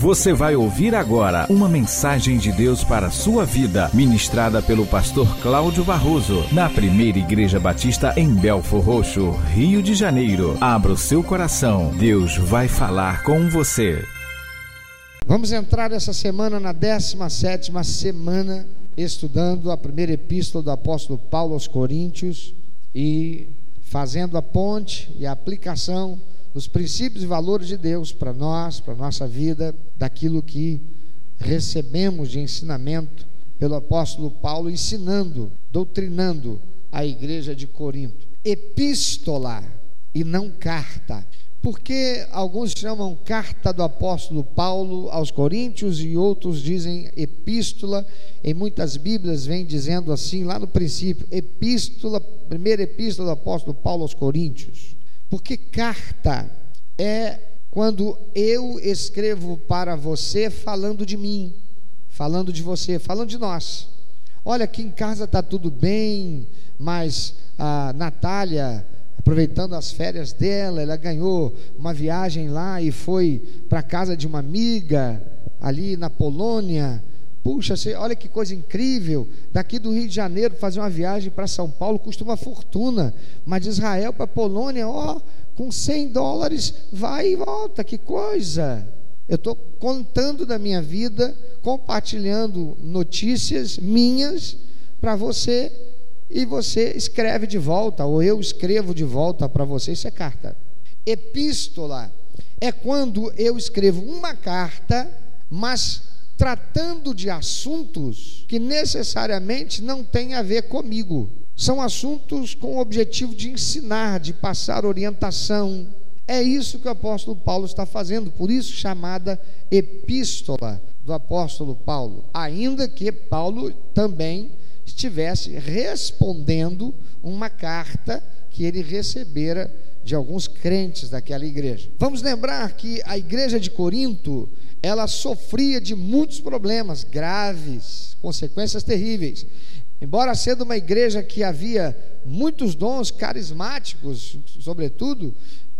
Você vai ouvir agora uma mensagem de Deus para a sua vida, ministrada pelo pastor Cláudio Barroso, na Primeira Igreja Batista em Belfor Roxo, Rio de Janeiro. Abra o seu coração, Deus vai falar com você. Vamos entrar essa semana na 17ª semana, estudando a primeira epístola do apóstolo Paulo aos Coríntios e fazendo a ponte e a aplicação dos princípios e valores de Deus para nós, para a nossa vida, daquilo que recebemos de ensinamento pelo apóstolo Paulo, ensinando, doutrinando a igreja de Corinto. Epístola e não carta. Porque alguns chamam carta do apóstolo Paulo aos Coríntios e outros dizem epístola. Em muitas Bíblias vem dizendo assim, lá no princípio, epístola, primeira epístola do apóstolo Paulo aos Coríntios. Porque carta é quando eu escrevo para você falando de mim, falando de você, falando de nós. Olha, aqui em casa está tudo bem, mas a Natália, aproveitando as férias dela, ela ganhou uma viagem lá e foi para a casa de uma amiga ali na Polônia. Puxa, olha que coisa incrível, daqui do Rio de Janeiro fazer uma viagem para São Paulo custa uma fortuna, mas de Israel para a Polônia, com $100 vai e volta, que coisa. Eu estou contando da minha vida, compartilhando notícias minhas para você, e você escreve de volta, ou eu escrevo de volta para você. Isso é carta. Epístola é quando eu escrevo uma carta, mas tratando de assuntos que necessariamente não têm a ver comigo. São assuntos com o objetivo de ensinar, de passar orientação. É isso que o apóstolo Paulo está fazendo, por isso chamada epístola do apóstolo Paulo. Ainda que Paulo também estivesse respondendo uma carta que ele recebera de alguns crentes daquela igreja. Vamos lembrar que a igreja de Corinto, ela sofria de muitos problemas graves, consequências terríveis. Embora sendo uma igreja que havia muitos dons carismáticos, sobretudo,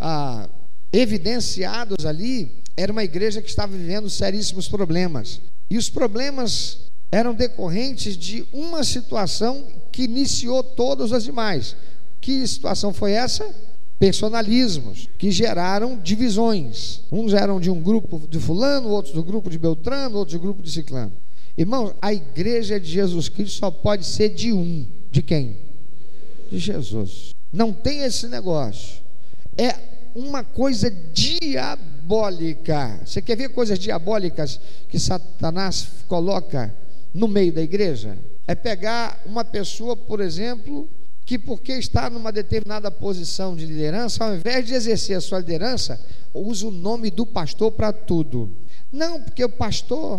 evidenciados ali, era uma igreja que estava vivendo seríssimos problemas. E os problemas eram decorrentes de uma situação que iniciou todas as demais. Que situação foi essa? Personalismos, que geraram divisões. Uns eram de um grupo de fulano, outros do grupo de Beltrano, outros do grupo de Ciclano. Irmãos, a igreja de Jesus Cristo só pode ser de um. De quem? De Jesus. Não tem esse negócio. É uma coisa diabólica. Você quer ver coisas diabólicas que Satanás coloca no meio da igreja? É pegar uma pessoa, por exemplo, que porque está numa determinada posição de liderança, ao invés de exercer a sua liderança, usa o nome do pastor para tudo. Não, porque o pastor,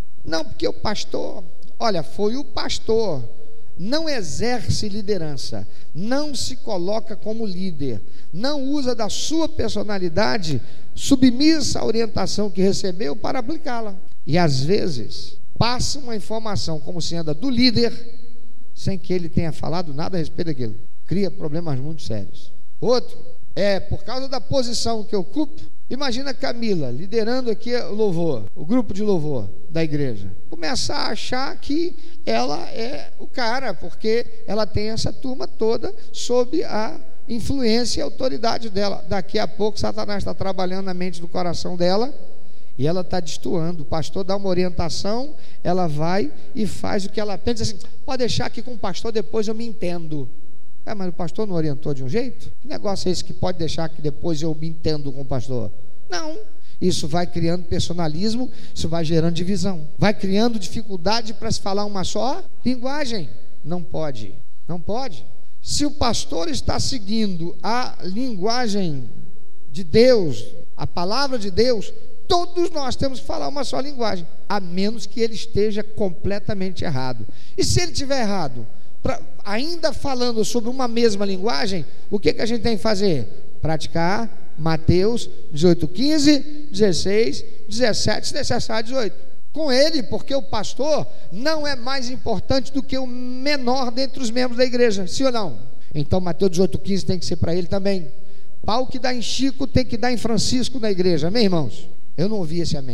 olha, foi o pastor, não exerce liderança, não se coloca como líder, não usa da sua personalidade submissa à orientação que recebeu para aplicá-la. E às vezes passa uma informação como sendo do líder, sem que ele tenha falado nada a respeito daquilo. Cria problemas muito sérios. Outro, por causa da posição que eu ocupo. Imagina Camila liderando aqui o louvor, o grupo de louvor da igreja. Começa a achar que ela é o cara, porque ela tem essa turma toda sob a influência e autoridade dela. Daqui a pouco Satanás está trabalhando na mente do coração dela e ela está destoando. O pastor dá uma orientação, ela vai e faz o que ela pensa, assim: pode deixar aqui com o pastor, depois eu me entendo. Mas o pastor não orientou de um jeito? Que negócio é esse que pode deixar que depois eu me entendo com o pastor? Não. Isso vai criando personalismo, isso vai gerando divisão, vai criando dificuldade para se falar uma só linguagem. Não pode, não pode. Se o pastor está seguindo a linguagem de Deus, a palavra de Deus, todos nós temos que falar uma só linguagem, a menos que ele esteja completamente errado. E se ele estiver errado, ainda falando sobre uma mesma linguagem, o que a gente tem que fazer? Praticar Mateus 18:15, 16, 17, se necessário 18. Com ele, porque o pastor não é mais importante do que o menor dentre os membros da igreja, sim ou não? Então Mateus 18:15 tem que ser para ele também. Pau que dá em Chico tem que dar em Francisco na igreja, amém, irmãos? Eu não ouvi esse amém.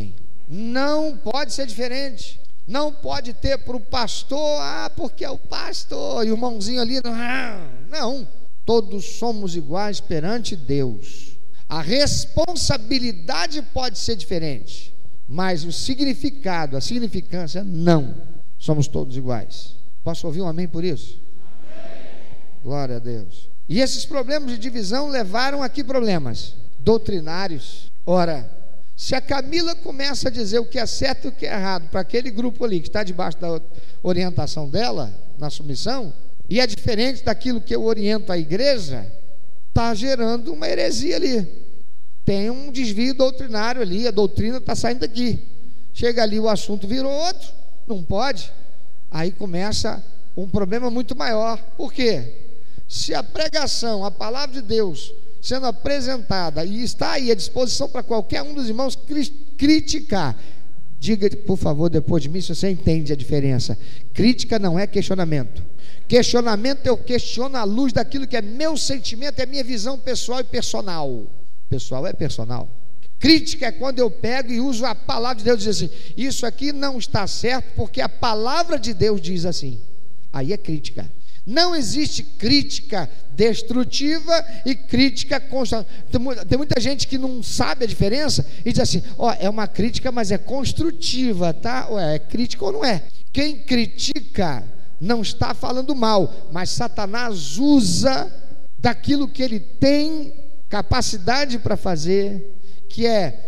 Não pode ser diferente. Não pode ter para o pastor, porque é o pastor, e o irmãozinho ali, não. Todos somos iguais perante Deus. A responsabilidade pode ser diferente, mas o significado, a significância, não. Somos todos iguais. Posso ouvir um amém por isso? Amém. Glória a Deus. E esses problemas de divisão levaram a que problemas? Doutrinários. Ora, se a Camila começa a dizer o que é certo e o que é errado para aquele grupo ali que está debaixo da orientação dela, na submissão, e é diferente daquilo que eu oriento a igreja, está gerando uma heresia ali. Tem um desvio doutrinário ali, a doutrina está saindo daqui. Chega ali, o assunto virou outro, não pode. Aí começa um problema muito maior. Por quê? Se a pregação, a palavra de Deus sendo apresentada e está aí à disposição para qualquer um dos irmãos criticar, diga por favor depois de mim se você entende a diferença. Crítica não é questionamento. Questionamento eu questiono à luz daquilo que é meu sentimento, é minha visão pessoal e personal. Pessoal é personal. Crítica é quando eu pego e uso a palavra de Deus e diz assim: isso aqui não está certo porque a palavra de Deus diz assim. Aí é crítica. Não existe crítica destrutiva e crítica construtiva. Tem muita gente que não sabe a diferença e diz assim: é uma crítica, mas é construtiva, tá? É crítica ou não é? Quem critica não está falando mal, mas Satanás usa daquilo que ele tem capacidade para fazer, que é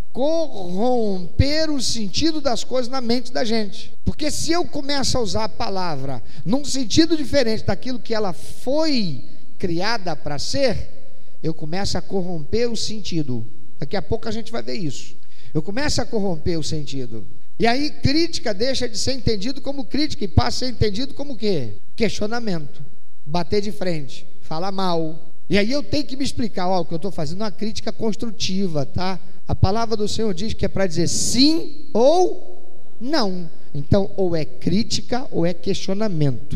corromper o sentido das coisas na mente da gente. Porque se eu começo a usar a palavra num sentido diferente daquilo que ela foi criada para ser, eu começo a corromper o sentido. Daqui a pouco a gente vai ver isso. Eu começo a corromper o sentido. E aí crítica deixa de ser entendido como crítica e passa a ser entendido como o quê? Questionamento. Bater de frente, falar mal. E aí eu tenho que me explicar: o que eu estou fazendo é uma crítica construtiva, tá? A palavra do Senhor diz que é para dizer sim ou não. Então, ou é crítica ou é questionamento.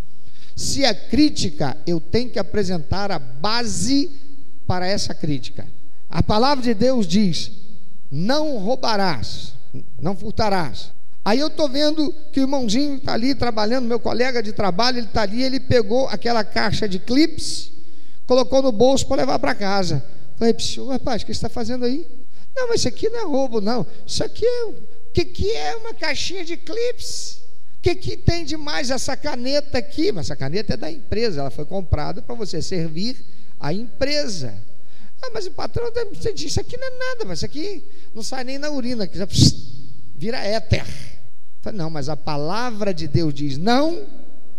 Se é crítica, eu tenho que apresentar a base para essa crítica. A palavra de Deus diz: não roubarás, não furtarás. Aí eu estou vendo que o irmãozinho está ali trabalhando, meu colega de trabalho, ele está ali, ele pegou aquela caixa de clips, colocou no bolso para levar para casa. Falei: rapaz, o que você está fazendo aí? Não, mas isso aqui não é roubo, não. Isso aqui é... O que é uma caixinha de clips? O que tem de mais essa caneta aqui? Mas essa caneta é da empresa, ela foi comprada para você servir a empresa. Mas o patrão disse: isso aqui não é nada, mas isso aqui não sai nem na urina, que já vira éter. Falei: não, mas a palavra de Deus diz: não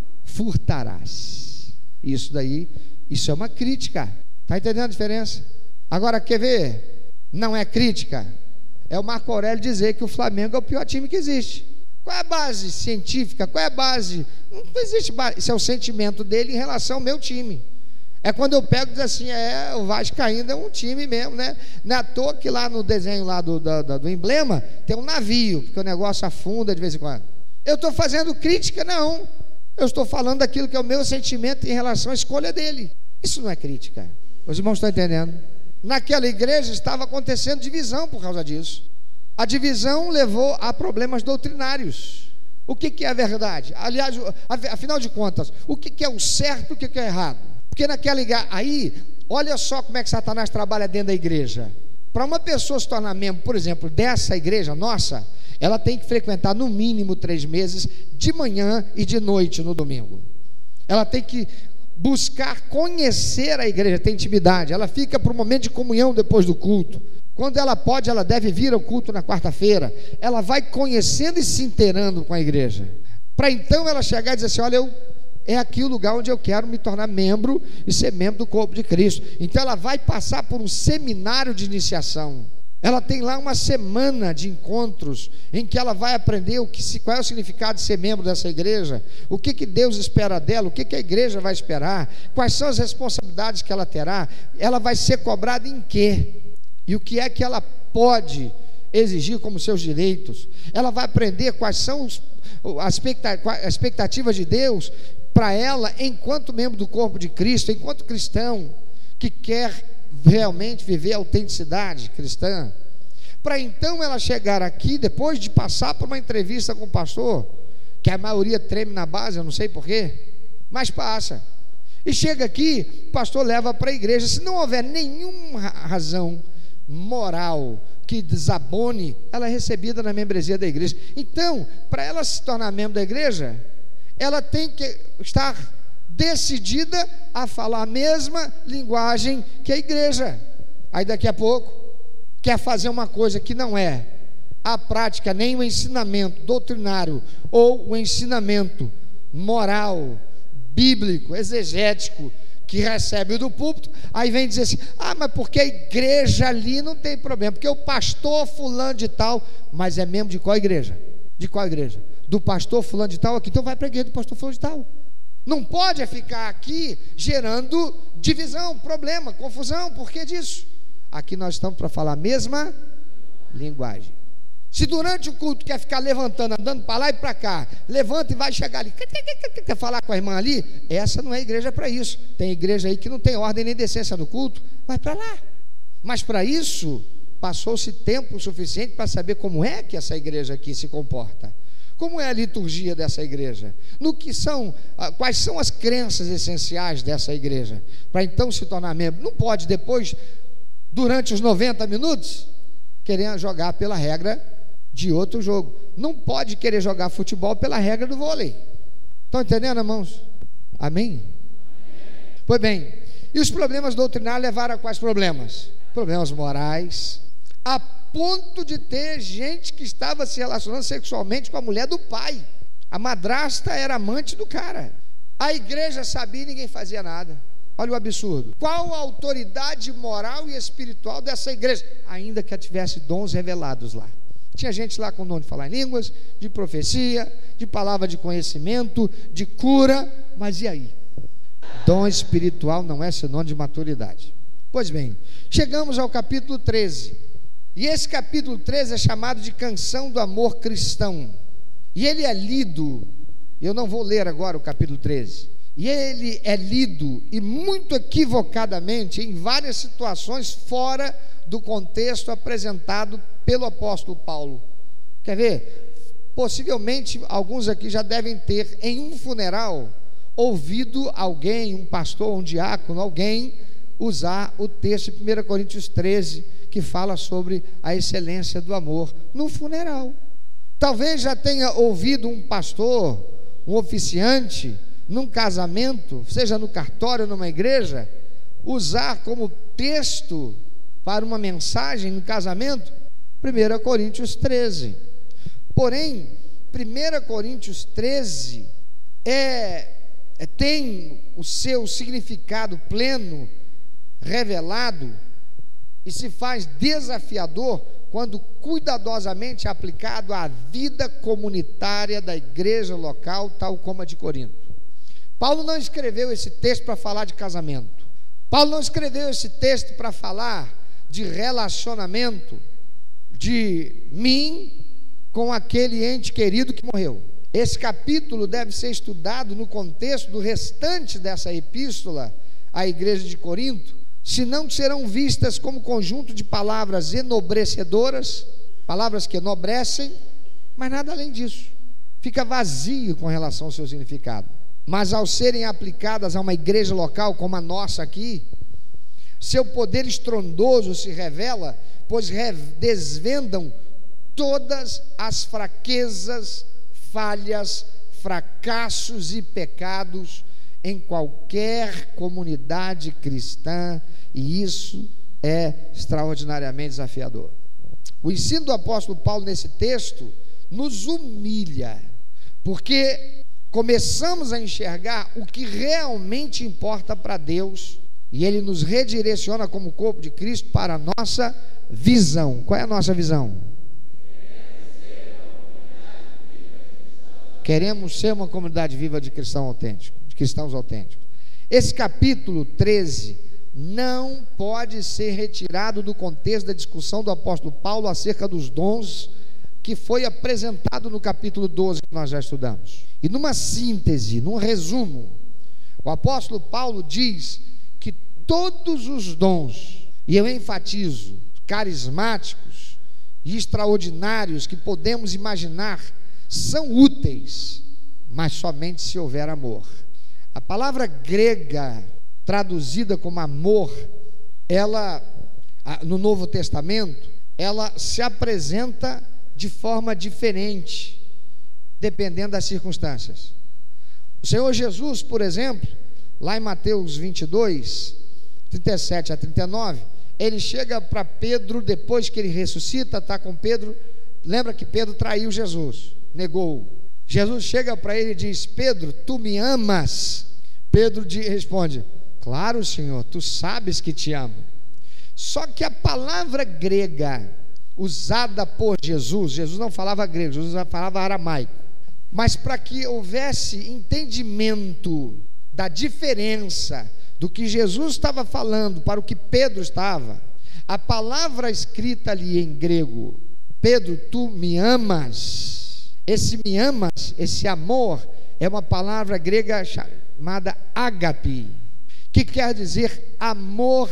furtarás. Isso daí, isso é uma crítica. Está entendendo a diferença? Agora, quer ver? Não é crítica, é o Marco Aurélio dizer que o Flamengo é o pior time que existe. Qual é a base científica? Qual é a base? Não existe base. Isso é o sentimento dele em relação ao meu time. É quando eu pego e digo assim: o Vascaíno é um time mesmo, né? Não é à toa que lá no desenho lá do emblema tem um navio, porque o negócio afunda de vez em quando. Eu estou fazendo crítica? Não. Eu estou falando daquilo que é o meu sentimento em relação à escolha dele. Isso não é crítica. Os irmãos estão entendendo? Naquela igreja estava acontecendo divisão por causa disso. A divisão levou a problemas doutrinários. O que é a verdade? Aliás, afinal de contas, o que é o certo e o que é errado? Porque naquela igreja, aí, olha só como é que Satanás trabalha dentro da igreja. Para uma pessoa se tornar membro, por exemplo, dessa igreja nossa, ela tem que frequentar no mínimo 3 meses, de manhã e de noite no domingo. Ela tem que buscar conhecer a igreja, ter intimidade. Ela fica para o momento de comunhão depois do culto. Quando ela pode, ela deve vir ao culto na quarta-feira. Ela vai conhecendo e se inteirando com a igreja, para então ela chegar e dizer assim: olha, é aqui o lugar onde eu quero me tornar membro e ser membro do corpo de Cristo. Então ela vai passar por um seminário de iniciação. Ela tem lá uma semana de encontros em que ela vai aprender qual é o significado de ser membro dessa igreja, o que Deus espera dela, o que a igreja vai esperar, quais são as responsabilidades que ela terá, ela vai ser cobrada em quê, e o que é que ela pode exigir como seus direitos. Ela vai aprender quais são as expectativas de Deus para ela enquanto membro do corpo de Cristo, enquanto cristão que quer realmente viver a autenticidade cristã. para então ela chegar aqui, depois de passar por uma entrevista com o pastor, que a maioria treme na base, eu não sei porquê, mas passa, e chega aqui, o pastor leva para a igreja. Se não houver nenhuma razão moral que desabone, ela é recebida na membresia da igreja. Então, para ela se tornar membro da igreja, ela tem que estar decidida a falar a mesma linguagem que a igreja. Aí daqui a pouco quer fazer uma coisa que não é a prática, nem o ensinamento doutrinário ou o ensinamento moral, bíblico, exegético que recebe do púlpito, aí vem dizer assim: mas porque a igreja ali não tem problema, porque o pastor fulano de tal. Mas é membro de qual igreja? De qual igreja? Do pastor fulano de tal aqui. Então vai para a igreja do pastor fulano de tal. Não pode ficar aqui gerando divisão, problema, confusão. Por que disso? Aqui nós estamos para falar a mesma linguagem. Se durante o culto quer ficar levantando, andando para lá e para cá, levanta e vai chegar ali, quer falar com a irmã ali, essa não é igreja para isso. Tem igreja aí que não tem ordem nem decência no culto, vai para lá. Mas para isso passou-se tempo suficiente para saber como é que essa igreja aqui se comporta, como é a liturgia dessa igreja, quais são as crenças essenciais dessa igreja, para então se tornar membro. Não pode depois, durante os 90 minutos, querer jogar pela regra de outro jogo. Não pode querer jogar futebol pela regra do vôlei. Estão entendendo, irmãos? Amém? Pois bem, e os problemas doutrinários levaram a quais problemas? Problemas morais, a ponto de ter gente que estava se relacionando sexualmente com a mulher do pai. A madrasta era amante do cara. A igreja sabia e ninguém fazia nada. Olha o absurdo. Qual a autoridade moral e espiritual dessa igreja? Ainda que tivesse dons revelados lá. Tinha gente lá com dom de falar em línguas, de profecia, de palavra de conhecimento, de cura. Mas e aí? Dom espiritual não é sinônimo de maturidade. Pois bem, chegamos ao capítulo 13. E esse capítulo 13 é chamado de Canção do Amor Cristão. E ele é lido, eu não vou ler agora o capítulo 13. E ele é lido, e muito equivocadamente, em várias situações fora do contexto apresentado pelo apóstolo Paulo. Quer ver? Possivelmente alguns aqui já devem ter, em um funeral, ouvido alguém, um pastor, um diácono, alguém usar o texto de 1 Coríntios 13, que fala sobre a excelência do amor, no funeral. Talvez já tenha ouvido um pastor, um oficiante, num casamento, seja no cartório ou numa igreja, usar como texto para uma mensagem no casamento 1 Coríntios 13. Porém, 1 Coríntios 13 tem o seu significado pleno revelado e se faz desafiador quando cuidadosamente aplicado à vida comunitária da igreja local, tal como a de Corinto. Paulo não escreveu esse texto para falar de casamento. Paulo não escreveu esse texto para falar de relacionamento de mim com aquele ente querido que morreu. Esse capítulo deve ser estudado no contexto do restante dessa epístola à igreja de Corinto, senão serão vistas como conjunto de palavras enobrecedoras, palavras que enobrecem, mas nada além disso. Fica vazio com relação ao seu significado. Mas ao serem aplicadas a uma igreja local como a nossa aqui, seu poder estrondoso se revela, pois desvendam todas as fraquezas, falhas, fracassos e pecados em qualquer comunidade cristã, e isso é extraordinariamente desafiador. O ensino do apóstolo Paulo nesse texto nos humilha, porque começamos a enxergar o que realmente importa para Deus, e Ele nos redireciona como corpo de Cristo para a nossa visão. Qual é a nossa visão? Queremos ser uma comunidade viva de cristãos autênticos. Esse capítulo 13 não pode ser retirado do contexto da discussão do apóstolo Paulo acerca dos dons que foi apresentado no capítulo 12 que nós já estudamos. E numa síntese, num resumo, o apóstolo Paulo diz que todos os dons, e eu enfatizo, carismáticos e extraordinários que podemos imaginar são úteis, mas somente se houver amor. A palavra grega traduzida como amor, ela, no Novo Testamento, ela se apresenta de forma diferente, dependendo das circunstâncias. O Senhor Jesus, por exemplo, lá em Mateus 22, 37 a 39, ele chega para Pedro, depois que ele ressuscita, está com Pedro. Lembra que Pedro traiu Jesus, negou. Jesus chega para ele e diz: Pedro, tu me amas? Pedro responde: claro, Senhor, tu sabes que te amo. Só que a palavra grega usada por Jesus não falava grego, Jesus falava aramaico, mas para que houvesse entendimento da diferença do que Jesus estava falando para o que Pedro estava, a palavra escrita ali em grego, Pedro, tu me amas, esse me amas, esse amor, é uma palavra grega chamada ágape, que quer dizer amor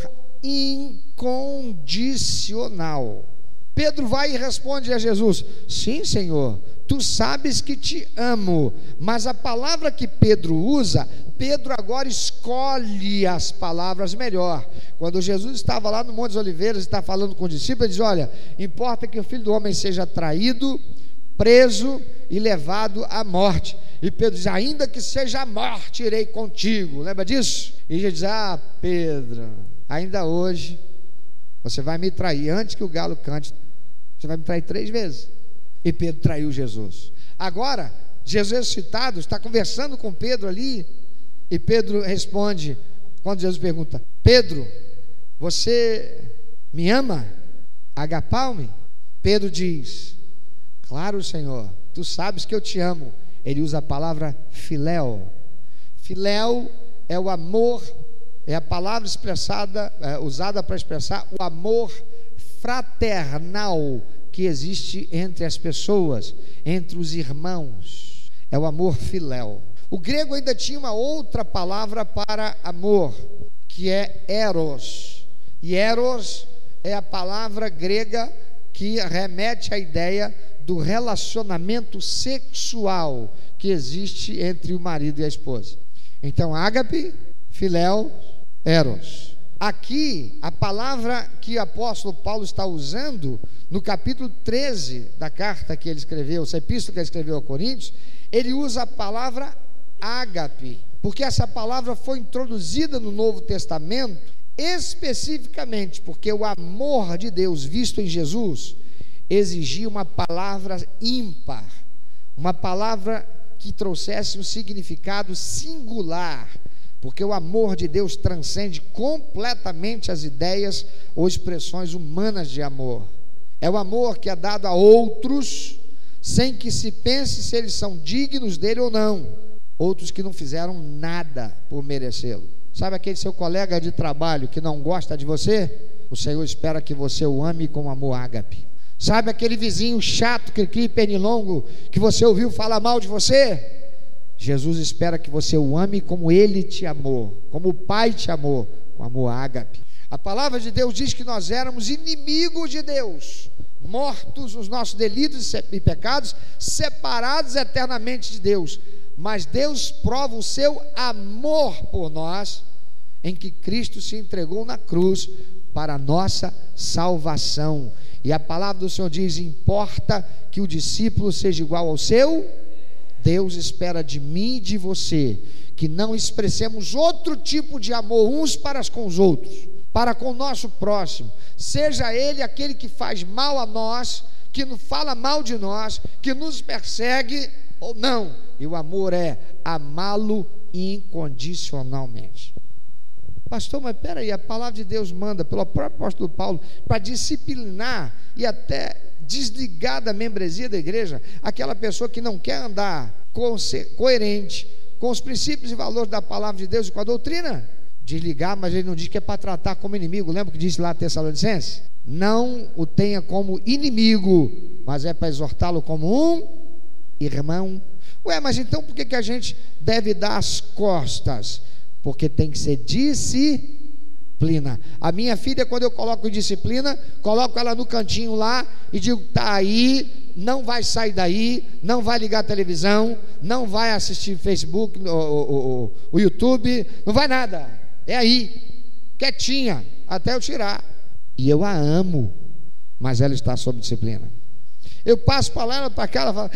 incondicional. Pedro vai e responde a Jesus: sim, Senhor, tu sabes que te amo. Mas a palavra que Pedro usa, Pedro agora escolhe as palavras melhor. Quando Jesus estava lá no Monte das Oliveiras, está falando com os discípulos, ele diz: olha, importa que o Filho do Homem seja traído, preso e levado à morte. E Pedro diz: ainda que seja a morte, irei contigo. Lembra disso? E Jesus diz: ah, Pedro, ainda hoje você vai me trair. Antes que o galo cante, você vai me trair 3 vezes. E Pedro traiu Jesus. Agora, Jesus ressuscitado está conversando com Pedro ali, e Pedro responde, quando Jesus pergunta: Pedro, você me ama? Agapau-me? Pedro diz: claro, Senhor, tu sabes que eu te amo. Ele usa a palavra filéu. Filéu é o amor, é a palavra usada para expressar o amor fraternal que existe entre as pessoas, entre os irmãos. É o amor filéu. O grego ainda tinha uma outra palavra para amor, que é eros. E eros é a palavra grega que remete à ideia do relacionamento sexual que existe entre o marido e a esposa. Então, ágape, filéu, eros. Aqui, a palavra que o apóstolo Paulo está usando no capítulo 13 da carta que ele escreveu, essa epístola que ele escreveu a Coríntios, ele usa a palavra ágape, porque essa palavra foi introduzida no Novo Testamento especificamente porque o amor de Deus visto em Jesus exigia uma palavra ímpar, uma palavra que trouxesse um significado singular, porque o amor de Deus transcende completamente as ideias ou expressões humanas de amor. É o amor que é dado a outros sem que se pense se eles são dignos dele ou não, outros que não fizeram nada por merecê-lo. Sabe aquele seu colega de trabalho que não gosta de você? O Senhor espera que você o ame com amor ágape. Sabe aquele vizinho chato, cri-cri, pernilongo, que você ouviu falar mal de você? Jesus espera que você o ame como ele te amou, como o Pai te amou, com amor ágape. A palavra de Deus diz que nós éramos inimigos de Deus, mortos nos nossos delitos e pecados, separados eternamente de Deus. Mas Deus prova o seu amor por nós, em que Cristo se entregou na cruz para a nossa salvação. E a palavra do Senhor diz: importa que o discípulo seja igual ao seu. Deus espera de mim e de você que não expressemos outro tipo de amor uns para com os outros, para com o nosso próximo, seja ele aquele que faz mal a nós, que nos fala mal de nós, que nos persegue ou não. E o amor é amá-lo incondicionalmente. Pastor, mas peraí, a palavra de Deus manda pelo próprio apóstolo Paulo para disciplinar e até desligar da membresia da igreja aquela pessoa que não quer andar coerente com os princípios e valores da palavra de Deus e com a doutrina. Desligar, mas ele não diz que é para tratar como inimigo. Lembra que disse lá Tessalonicenses? Não o tenha como inimigo, mas é para exortá-lo como um irmão. Ué, mas então por que a gente deve dar as costas? Porque tem que ser disciplina. A minha filha, quando eu coloco disciplina, coloco ela no cantinho lá e digo: tá aí, não vai sair daí, não vai ligar a televisão, não vai assistir Facebook, o YouTube, não vai nada, é aí, quietinha, até eu tirar. E eu a amo, mas ela está sob disciplina. Eu passo para lá, para cá, ela fala: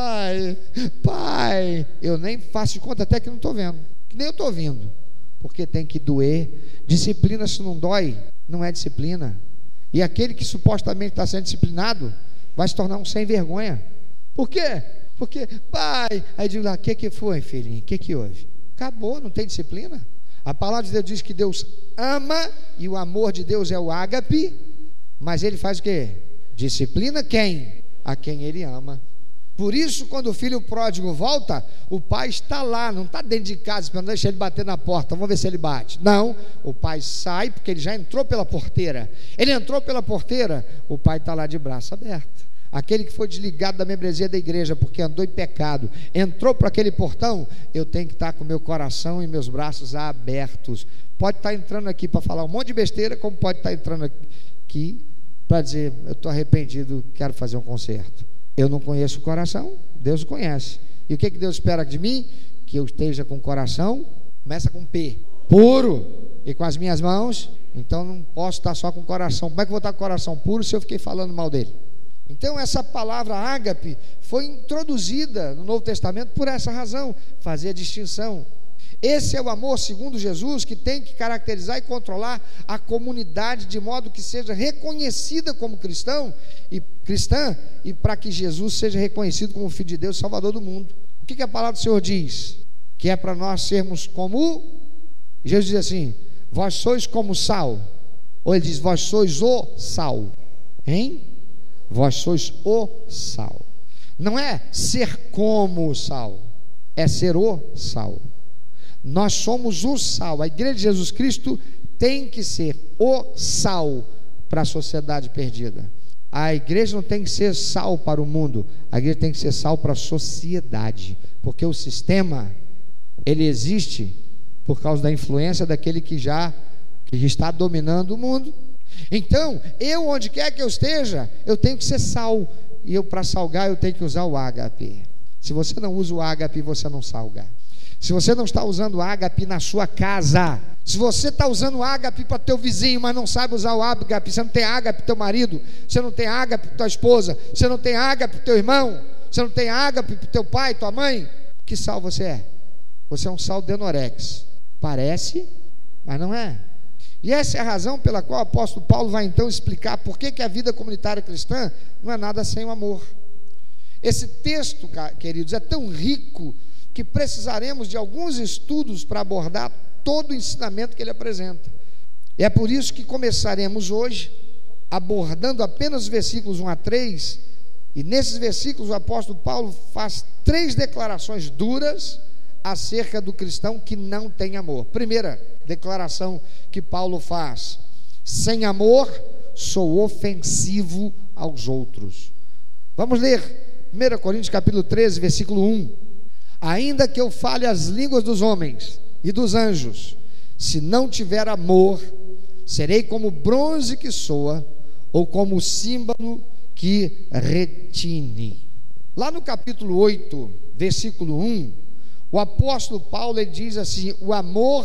pai, eu nem faço de conta até que não estou vendo, que nem eu estou ouvindo, porque tem que doer. Disciplina, se não dói, não é disciplina. E aquele que supostamente está sendo disciplinado vai se tornar um sem vergonha. Por quê? Porque, pai, aí digo lá: o que foi, filhinho? O que houve? Acabou, não tem disciplina. A palavra de Deus diz que Deus ama, e o amor de Deus é o ágape, mas ele faz o quê? Disciplina quem? A quem ele ama. Por isso, quando o filho pródigo volta, o pai está lá, não está dentro de casa esperando, deixar ele bater na porta, vamos ver se ele bate. Não, o pai sai, porque ele já entrou pela porteira. Ele entrou pela porteira, o pai está lá de braço aberto. Aquele que foi desligado da membresia da igreja porque andou em pecado, entrou para aquele portão, eu tenho que estar com meu coração e meus braços abertos. Pode estar entrando aqui para falar um monte de besteira, como pode estar entrando aqui para dizer: eu estou arrependido, quero fazer um conserto. Eu não conheço o coração, Deus o conhece. E o que Deus espera de mim? Que eu esteja com o coração, começa com P, puro, e com as minhas mãos. Então não posso estar só com o coração. Como é que eu vou estar com o coração puro se eu fiquei falando mal dele? Então essa palavra ágape foi introduzida no Novo Testamento por essa razão, fazer a distinção. Esse é o amor segundo Jesus, que tem que caracterizar e controlar a comunidade de modo que seja reconhecida como cristã, e para que Jesus seja reconhecido como Filho de Deus, Salvador do mundo. O que a palavra do Senhor diz? Que é para nós sermos como... Jesus diz assim: vós sois como sal. Ou ele diz: vós sois o sal. Hein? Vós sois o sal. Não é ser como o sal, é ser o sal. Nós somos o sal. A igreja de Jesus Cristo tem que ser o sal para a sociedade perdida. A igreja não tem que ser sal para o mundo, a igreja tem que ser sal para a sociedade, porque o sistema, ele existe por causa da influência daquele que está dominando o mundo. Então, eu, onde quer que eu esteja, eu tenho que ser sal, e eu, para salgar, eu tenho que usar o ágape. Se você não usa o ágape, você não salga. Se você não está usando o ágape na sua casa, se você está usando o ágape para teu vizinho, mas não sabe usar o ágape, você não tem ágape para teu marido, você não tem ágape para tua esposa, você não tem ágape para teu irmão, você não tem ágape para teu pai, tua mãe, que sal você é? Você é um sal denorex. Parece, mas não é. E essa é a razão pela qual o apóstolo Paulo vai então explicar por que a vida comunitária cristã não é nada sem o amor. Esse texto, queridos, é tão rico que precisaremos de alguns estudos para abordar todo o ensinamento que ele apresenta. E é por isso que começaremos hoje abordando apenas os versículos 1 a 3, e nesses versículos o apóstolo Paulo faz 3 declarações duras acerca do cristão que não tem amor. Primeira declaração que Paulo faz: sem amor sou ofensivo aos outros. Vamos ler 1 Coríntios capítulo 13, versículo 1. Ainda que eu fale as línguas dos homens e dos anjos, se não tiver amor, serei como bronze que soa, ou como símbolo que retine. Lá no capítulo 8, versículo 1, o apóstolo Paulo, ele diz assim: o amor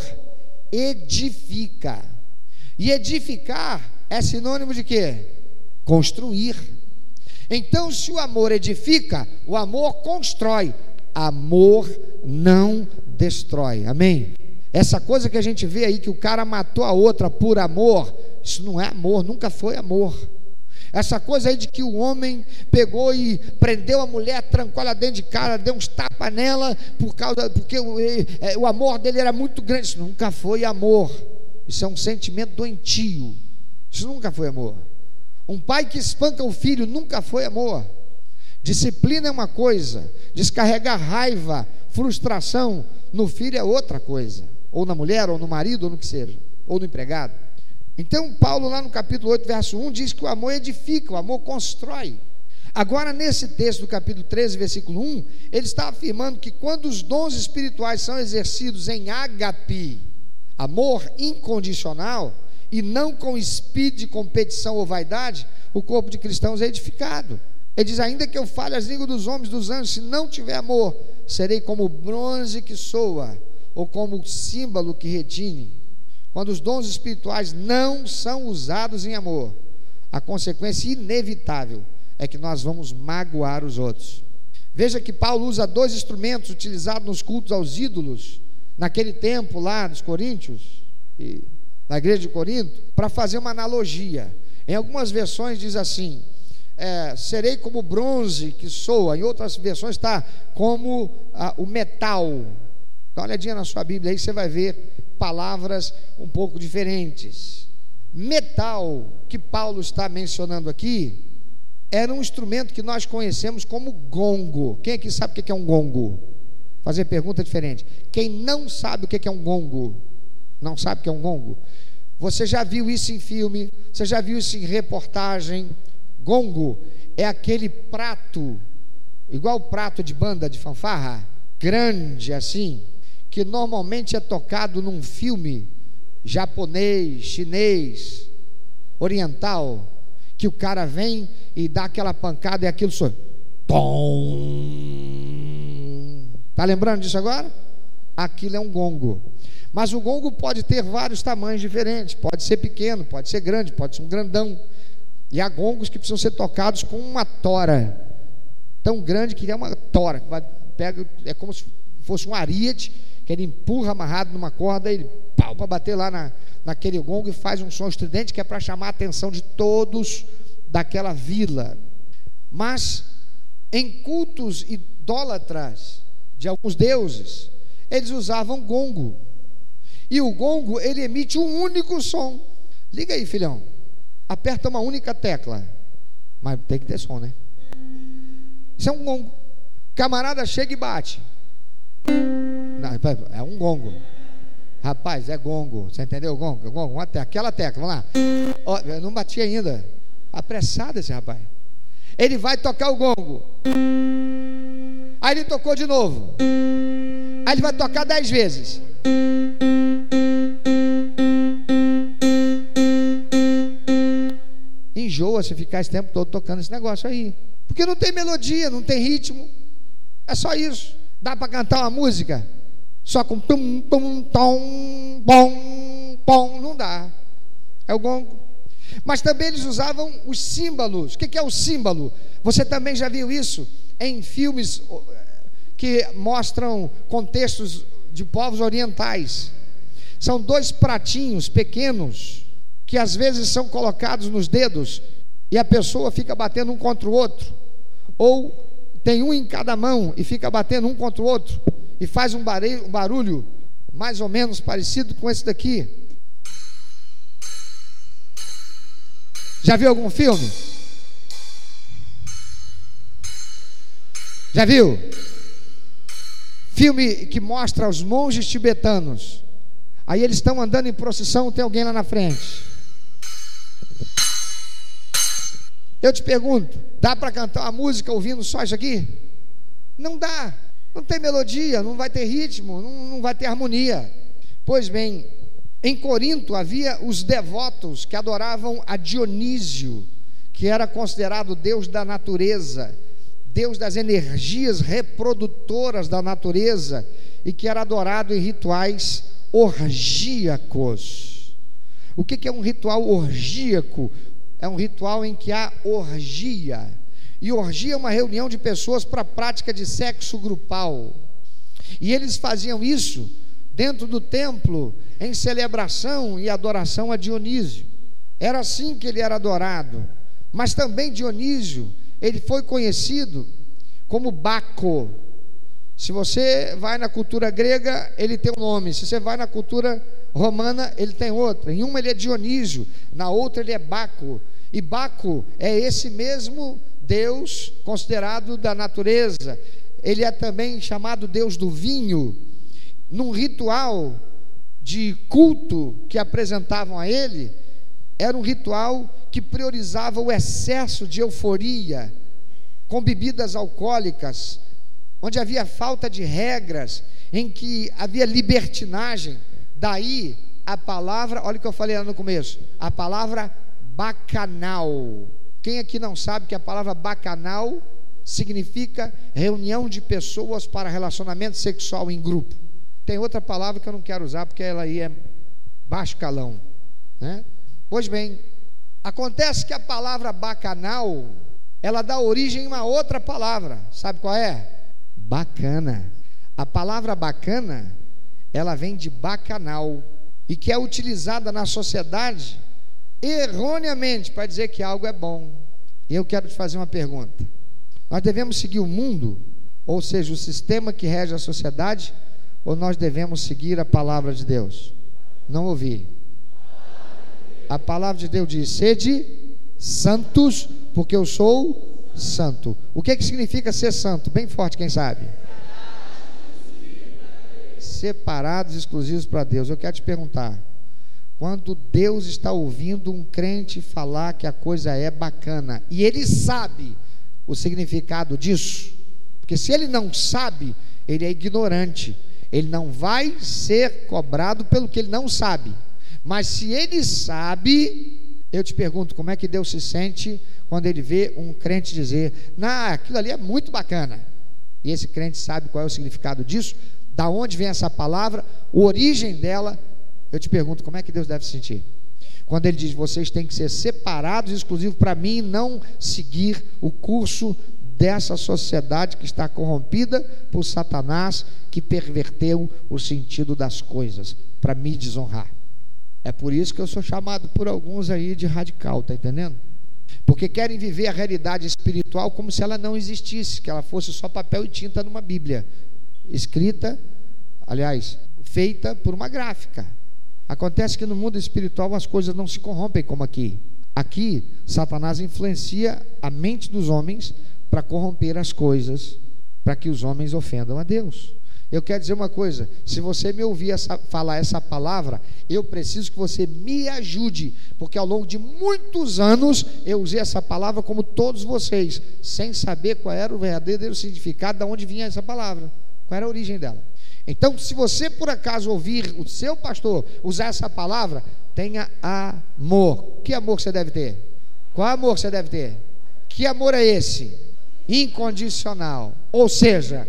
edifica. E edificar é sinônimo de quê? Construir. Então, se o amor edifica, o amor constrói. Amor não destrói. Amém? Essa coisa que a gente vê aí, que o cara matou a outra por amor, isso não é amor, nunca foi amor. Essa coisa aí de que o homem pegou e prendeu a mulher, trancou ela dentro de casa, deu uns tapas nela porque o amor dele era muito grande, isso nunca foi amor. Isso é um sentimento doentio. Isso nunca foi amor. Um pai que espanca o filho nunca foi amor. Disciplina é uma coisa, descarregar raiva, frustração no filho é outra coisa, ou na mulher, ou no marido, ou no que seja, ou no empregado. Então Paulo, lá no capítulo 8, verso 1, diz que o amor edifica, o amor constrói. Agora, nesse texto do capítulo 13, versículo 1, ele está afirmando que quando os dons espirituais são exercidos em ágape, amor incondicional, e não com espírito de competição ou vaidade, o corpo de cristãos é edificado. Ele diz: ainda que eu fale as línguas dos homens, dos anjos, se não tiver amor, serei como bronze que soa, ou como símbolo que retine. Quando os dons espirituais não são usados em amor, a consequência inevitável é que nós vamos magoar os outros. Veja que Paulo usa 2 instrumentos utilizados nos cultos aos ídolos, naquele tempo lá dos Coríntios, e na igreja de Corinto, para fazer uma analogia. Em algumas versões diz assim: serei como bronze que soa. Em outras versões está como o metal. Dá uma olhadinha na sua Bíblia aí, você vai ver palavras um pouco diferentes. Metal, que Paulo está mencionando aqui, era um instrumento que nós conhecemos como gongo. Quem aqui sabe o que é um gongo? Fazer pergunta diferente. Quem não sabe o que é um gongo? Não sabe o que é um gongo? Você já viu isso em filme? Você já viu isso em reportagem? Gongo é aquele prato, igual prato de banda de fanfarra, grande assim, que normalmente é tocado num filme japonês, chinês, oriental, que o cara vem e dá aquela pancada e aquilo só tom. Tá lembrando disso agora? Aquilo é um gongo. Mas o gongo pode ter vários tamanhos diferentes, pode ser pequeno, pode ser grande, pode ser um grandão. E há gongos que precisam ser tocados com uma tora tão grande que é uma tora, é como se fosse um ariete que ele empurra amarrado numa corda, ele pau para bater lá naquele gongo e faz um som estridente que é para chamar a atenção de todos daquela vila. Mas em cultos idólatras de alguns deuses, eles usavam gongo, e o gongo ele emite um único som. Liga aí, filhão, aperta uma única tecla, mas tem que ter som, né? Isso é um gongo. Camarada chega e bate. Não, é um gongo. Rapaz, é gongo. Você entendeu? Gongo, gongo, aquela tecla, vamos lá. Ó, eu não bati ainda. Apressado esse rapaz. Ele vai tocar o gongo. Aí ele tocou de novo. Aí ele vai tocar 10 vezes. Enjoa se ficar esse tempo todo tocando esse negócio aí, porque não tem melodia, não tem ritmo. É só isso. Dá para cantar uma música só com tum, tum, tom, bom, pom? Não dá. É o gongo. Mas também eles usavam os símbolos. O que é o símbolo? Você também já viu isso em filmes que mostram contextos de povos orientais. São 2 pratinhos pequenos que às vezes são colocados nos dedos e a pessoa fica batendo um contra o outro, ou tem um em cada mão e fica batendo um contra o outro e faz um barulho mais ou menos parecido com esse daqui. Já viu algum filme? Já viu? Filme que mostra os monges tibetanos. Aí eles estão andando em procissão, tem alguém lá na frente. Eu te pergunto, dá para cantar uma música ouvindo só isso aqui? Não dá. Não tem melodia, não vai ter ritmo, não vai ter harmonia. Pois bem, em Corinto havia os devotos que adoravam a Dionísio, que era considerado deus da natureza, deus das energias reprodutoras da natureza, e que era adorado em rituais orgíacos. O que é um ritual orgíaco? É um ritual em que há orgia, e orgia é uma reunião de pessoas para a prática de sexo grupal, e eles faziam isso dentro do templo, em celebração e adoração a Dionísio. Era assim que ele era adorado. Mas também Dionísio, ele foi conhecido como Baco. Se você vai na cultura grega, ele tem um nome. Se você vai na cultura romana, ele tem outro. Em uma ele é Dionísio, na outra ele é Baco. E Baco é esse mesmo Deus considerado da natureza. Ele é também chamado Deus do vinho. Num ritual de culto que apresentavam a ele, era um ritual que priorizava o excesso de euforia com bebidas alcoólicas, onde havia falta de regras, em que havia libertinagem. Daí a palavra, olha o que eu falei lá no começo, a palavra bacanal. Quem aqui não sabe que a palavra bacanal significa reunião de pessoas para relacionamento sexual em grupo? Tem outra palavra que eu não quero usar porque ela aí é baixo calão, né? Pois bem, acontece que a palavra bacanal, ela dá origem a uma outra palavra, sabe qual é? Bacana. A palavra bacana, ela vem de bacanal, e que é utilizada na sociedade erroneamente para dizer que algo é bom. E eu quero te fazer uma pergunta: nós devemos seguir o mundo, ou seja, o sistema que rege a sociedade, ou nós devemos seguir a palavra de Deus? Não ouvi. A palavra de Deus diz: sede santos, porque eu sou santo. O que significa ser santo? Bem forte, quem sabe? Separados, exclusivos para Deus. Eu quero te perguntar: quando Deus está ouvindo um crente falar que a coisa é bacana, e ele sabe o significado disso, porque se ele não sabe, ele é ignorante, ele não vai ser cobrado pelo que ele não sabe. Mas se ele sabe, eu te pergunto, como é que Deus se sente quando ele vê um crente dizer: não, aquilo ali é muito bacana, e esse crente sabe qual é o significado disso, da onde vem essa palavra, a origem dela. Eu te pergunto, como é que Deus deve se sentir quando ele diz: vocês têm que ser separados, exclusivos para mim, e não seguir o curso dessa sociedade que está corrompida por Satanás, que perverteu o sentido das coisas para me desonrar. É por isso que eu sou chamado por alguns aí de radical, tá entendendo? Porque querem viver a realidade espiritual como se ela não existisse, que ela fosse só papel e tinta numa Bíblia escrita, aliás, feita por uma gráfica. Acontece que no mundo espiritual as coisas não se corrompem como aqui. Aqui, Satanás influencia a mente dos homens para corromper as coisas, para que os homens ofendam a Deus. Eu quero dizer uma coisa: se você me ouvir falar essa palavra, eu preciso que você me ajude, porque ao longo de muitos anos eu usei essa palavra como todos vocês, sem saber qual era o verdadeiro significado, de onde vinha essa palavra, qual era a origem dela. Então, se você por acaso ouvir o seu pastor usar essa palavra, tenha amor. Que amor você deve ter? Qual amor você deve ter? Que amor é esse? Incondicional. Ou seja,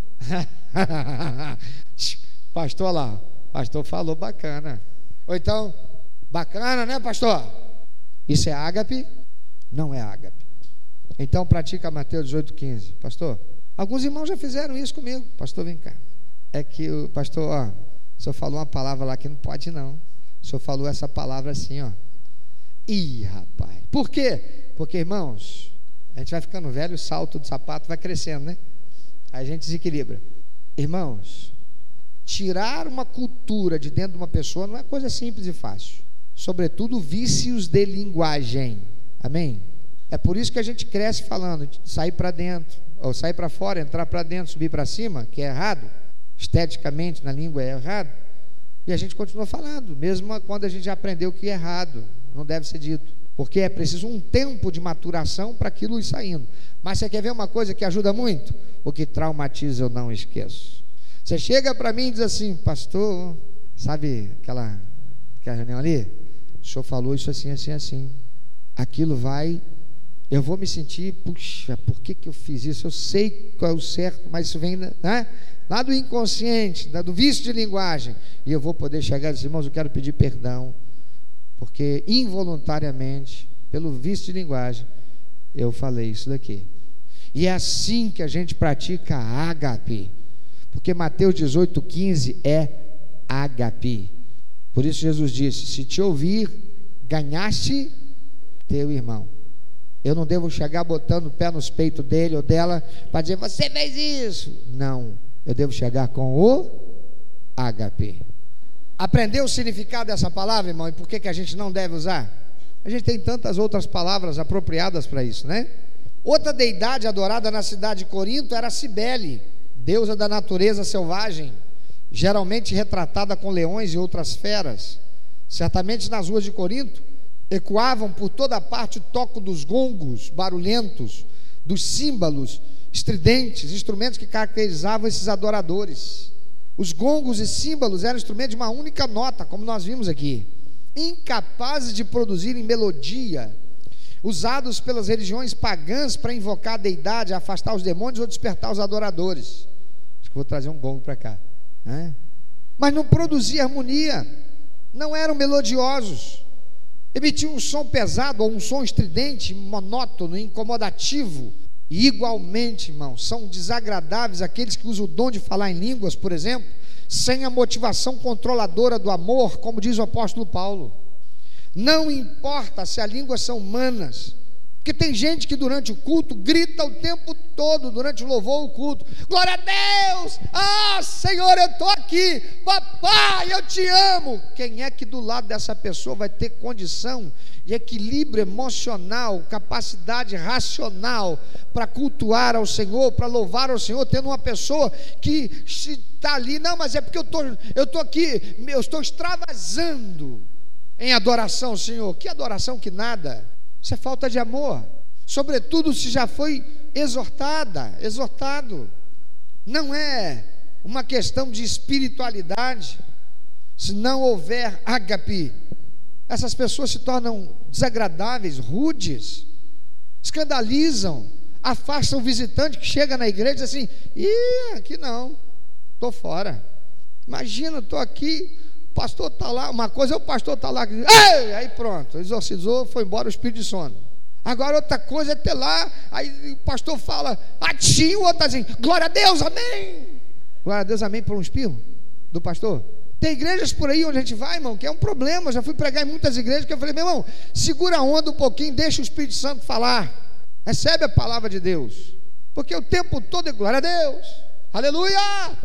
pastor lá, pastor falou bacana. Ou então, bacana, né, pastor? Isso é ágape? Não é ágape. Então pratica Mateus 18,15. Pastor, alguns irmãos já fizeram isso comigo. Pastor, vem cá. É que o pastor, ó, o senhor falou uma palavra lá que não pode não. O senhor falou essa palavra assim, ó. Ih, rapaz. Por quê? Porque, irmãos, a gente vai ficando velho, o salto do sapato vai crescendo, né? Aí a gente desequilibra. Irmãos, tirar uma cultura de dentro de uma pessoa não é coisa simples e fácil. Sobretudo vícios de linguagem. Amém? É por isso que a gente cresce falando sair para dentro, ou sair para fora, entrar para dentro, subir para cima, que é errado. Esteticamente na língua é errado, e a gente continua falando, mesmo quando a gente já aprendeu que é errado, não deve ser dito, porque é preciso um tempo de maturação para aquilo ir saindo. Mas você quer ver uma coisa que ajuda muito? O que traumatiza eu não esqueço. Você chega para mim e diz assim: pastor, sabe aquela reunião ali? O senhor falou isso assim, assim, assim. Aquilo vai, eu vou me sentir, puxa, por que eu fiz isso? Eu sei qual é o certo, mas isso vem, né? Lá do inconsciente, do vício de linguagem, e eu vou poder chegar e dizer: irmãos, eu quero pedir perdão, porque involuntariamente, pelo vício de linguagem, eu falei isso daqui. E é assim que a gente pratica a ágape, porque Mateus 18,15 é ágape. Por isso Jesus disse: se te ouvir, ganhaste teu irmão. Eu não devo chegar botando o pé nos peitos dele ou dela para dizer: você fez isso. Não, eu devo chegar com o ágape. Aprendeu o significado dessa palavra, irmão? E por que a gente não deve usar? A gente tem tantas outras palavras apropriadas para isso, né? Outra deidade adorada na cidade de Corinto era Cibele, deusa da natureza selvagem, geralmente retratada com leões e outras feras. Certamente nas ruas de Corinto ecoavam por toda parte o toque dos gongos barulhentos, dos símbolos estridentes, instrumentos que caracterizavam esses adoradores. Os gongos e símbolos eram instrumentos de uma única nota, como nós vimos aqui, incapazes de produzirem melodia, usados pelas religiões pagãs para invocar a deidade, afastar os demônios ou despertar os adoradores. Acho que vou trazer um gongo para cá, né? Mas não produzia harmonia, não eram melodiosos, emitiam um som pesado ou um som estridente, monótono, incomodativo. E igualmente, irmãos, são desagradáveis aqueles que usam o dom de falar em línguas, por exemplo, sem a motivação controladora do amor, como diz o apóstolo Paulo. Não importa se as línguas são humanas, porque tem gente que durante o culto grita o tempo todo, durante o louvor, o culto: glória a Deus, Senhor, eu estou aqui, papai, eu te amo. Quem é que do lado dessa pessoa vai ter condição de equilíbrio emocional, capacidade racional para cultuar ao Senhor, para louvar ao Senhor, tendo uma pessoa que está ali? Não, mas é porque eu estou aqui, eu estou extravasando em adoração ao Senhor. Que adoração, que nada. Isso é falta de amor, sobretudo se já foi exortado. Não é uma questão de espiritualidade. Se não houver ágape, essas pessoas se tornam desagradáveis, rudes, escandalizam, afastam o visitante que chega na igreja e diz assim: aqui não, estou fora. Imagina, estou aqui, o pastor está lá, uma coisa é o pastor está lá, aí pronto, exorcizou, foi embora o espírito de sono. Agora outra coisa é ter lá, aí o pastor fala atim, o outro está dizendo glória a Deus, amém. Glória a Deus, amém, por um espirro do pastor. Tem igrejas por aí onde a gente vai, irmão, que é um problema. Eu já fui pregar em muitas igrejas que eu falei: meu irmão, segura a onda um pouquinho, deixa o Espírito Santo falar, recebe a palavra de Deus, porque o tempo todo é glória a Deus, aleluia,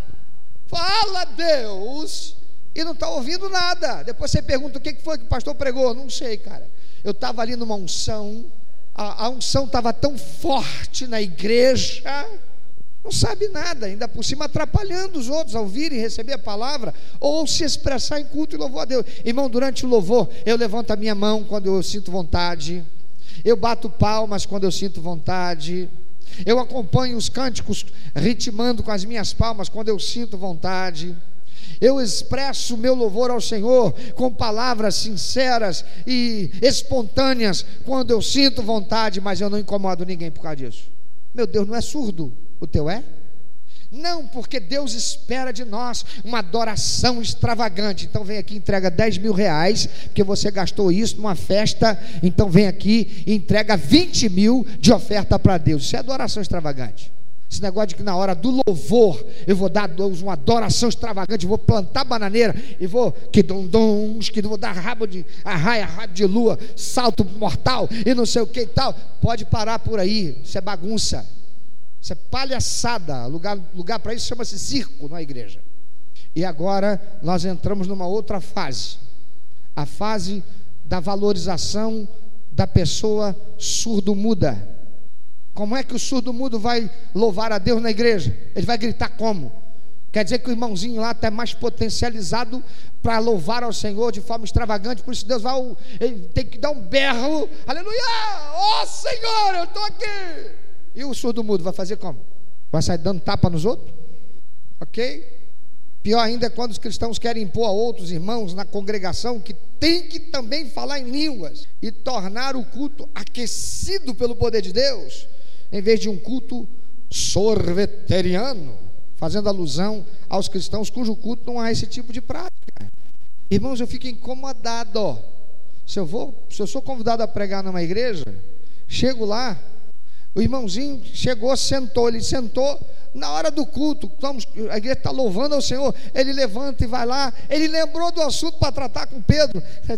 fala a Deus, e não está ouvindo nada. Depois você pergunta: o que foi que o pastor pregou? Não sei, cara, eu estava ali numa unção, a unção estava tão forte na igreja, não sabe nada, ainda por cima atrapalhando os outros a ouvirem e receber a palavra, ou se expressar em culto e louvor a Deus. Irmão, durante o louvor, eu levanto a minha mão quando eu sinto vontade, eu bato palmas quando eu sinto vontade, eu acompanho os cânticos ritmando com as minhas palmas quando eu sinto vontade, eu expresso o meu louvor ao Senhor com palavras sinceras e espontâneas quando eu sinto vontade, mas eu não incomodo ninguém por causa disso. Meu Deus, não é surdo? O teu é? Não, porque Deus espera de nós uma adoração extravagante. Então vem aqui e entrega 10 mil reais, porque você gastou isso numa festa. Então vem aqui e entrega 20 mil de oferta para Deus. Isso é adoração extravagante. Esse negócio de que na hora do louvor eu vou dar a Deus uma adoração extravagante, vou plantar bananeira e vou vou dar rabo de arraia, rabo de lua, salto mortal e não sei o que e tal. Pode parar por aí, isso é bagunça, isso é palhaçada. Lugar para isso chama-se circo na igreja. E agora nós entramos numa outra fase, a fase da valorização da pessoa surdo-muda. Como é que o surdo-mudo vai louvar a Deus na igreja? Ele vai gritar como? Quer dizer que o irmãozinho lá está mais potencializado para louvar ao Senhor de forma extravagante, por isso Deus ele tem que dar um berro, aleluia, ó Senhor, eu estou aqui. E o surdo-mudo vai fazer como? Vai sair dando tapa nos outros? Ok? Pior ainda é quando os cristãos querem impor a outros irmãos na congregação que tem que também falar em línguas e tornar o culto aquecido pelo poder de Deus, em vez de um culto sorveteriano, fazendo alusão aos cristãos cujo culto não há esse tipo de prática. Irmãos, eu fico incomodado. Se eu sou convidado a pregar numa igreja, chego lá, o irmãozinho chegou, sentou, ele sentou na hora do culto, a igreja está louvando ao Senhor, ele levanta e vai lá, ele lembrou do assunto para tratar com Pedro,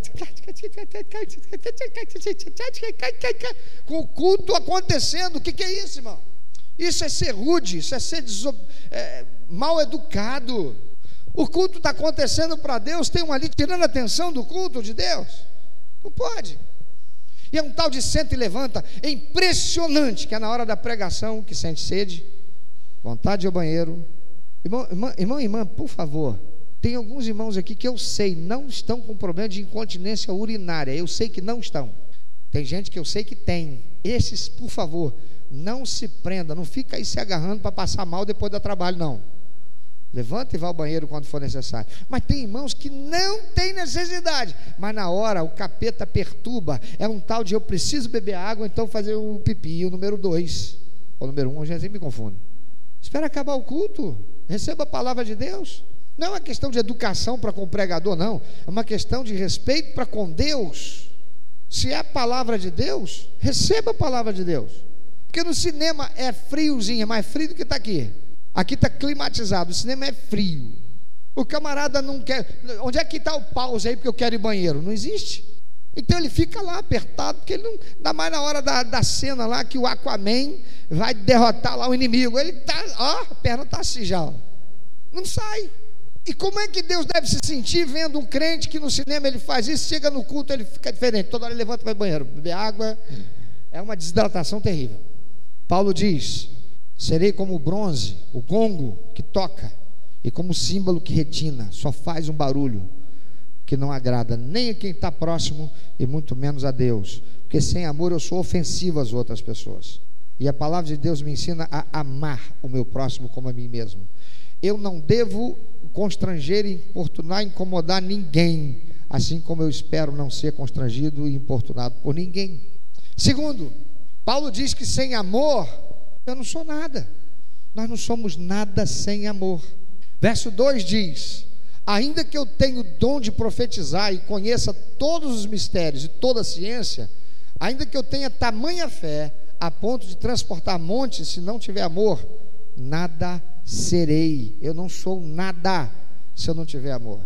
com o culto acontecendo. O que é isso, irmão? Isso é ser rude, isso é ser mal educado. O culto está acontecendo para Deus, tem um ali tirando a atenção do culto de Deus? Não pode. E é um tal de senta e levanta, é impressionante que é na hora da pregação que sente sede, vontade de ir ao banheiro. Irmão, por favor, tem alguns irmãos aqui que eu sei não estão com problema de incontinência urinária, eu sei que não estão. Tem gente que eu sei que tem. Esses, por favor, não se prenda, não fica aí se agarrando para passar mal depois do trabalho, não. Levanta e vá ao banheiro quando for necessário. Mas tem irmãos que não tem necessidade, mas na hora o capeta perturba. É um tal de eu preciso beber água, então fazer o pipi, o número 2 ou o número 1, eu já sempre me confundo. Espera acabar o culto, receba a palavra de Deus. Não é uma questão de educação para com o pregador, não. É uma questão de respeito para com Deus. Se é a palavra de Deus, receba a palavra de Deus. Porque no cinema é friozinho, é mais frio do que está aqui. Aqui está climatizado, o cinema é frio. O camarada não quer. Onde é que está o pause aí porque eu quero ir banheiro? Não existe. Então ele fica lá apertado, porque ele não dá mais na hora da cena lá que o Aquaman vai derrotar lá o inimigo. Ele está, ó, a perna está assim já, ó. Não sai. E como é que Deus deve se sentir vendo um crente que no cinema ele faz isso, chega no culto ele fica diferente, toda hora ele levanta e vai ao banheiro, beber água, é uma desidratação terrível. Paulo diz: serei como o bronze, o gongo que toca, e como o símbolo que retina, só faz um barulho que não agrada nem a quem está próximo e muito menos a Deus, porque sem amor eu sou ofensivo às outras pessoas, e a palavra de Deus me ensina a amar o meu próximo como a mim mesmo. Eu não devo constranger, importunar, incomodar ninguém, assim como eu espero não ser constrangido e importunado por ninguém. Segundo, Paulo diz que sem amor eu não sou nada. Nós não somos nada sem amor. Verso 2 diz: ainda que eu tenha o dom de profetizar e conheça todos os mistérios e toda a ciência, ainda que eu tenha tamanha fé a ponto de transportar montes, se não tiver amor, nada serei. Eu não sou nada se eu não tiver amor.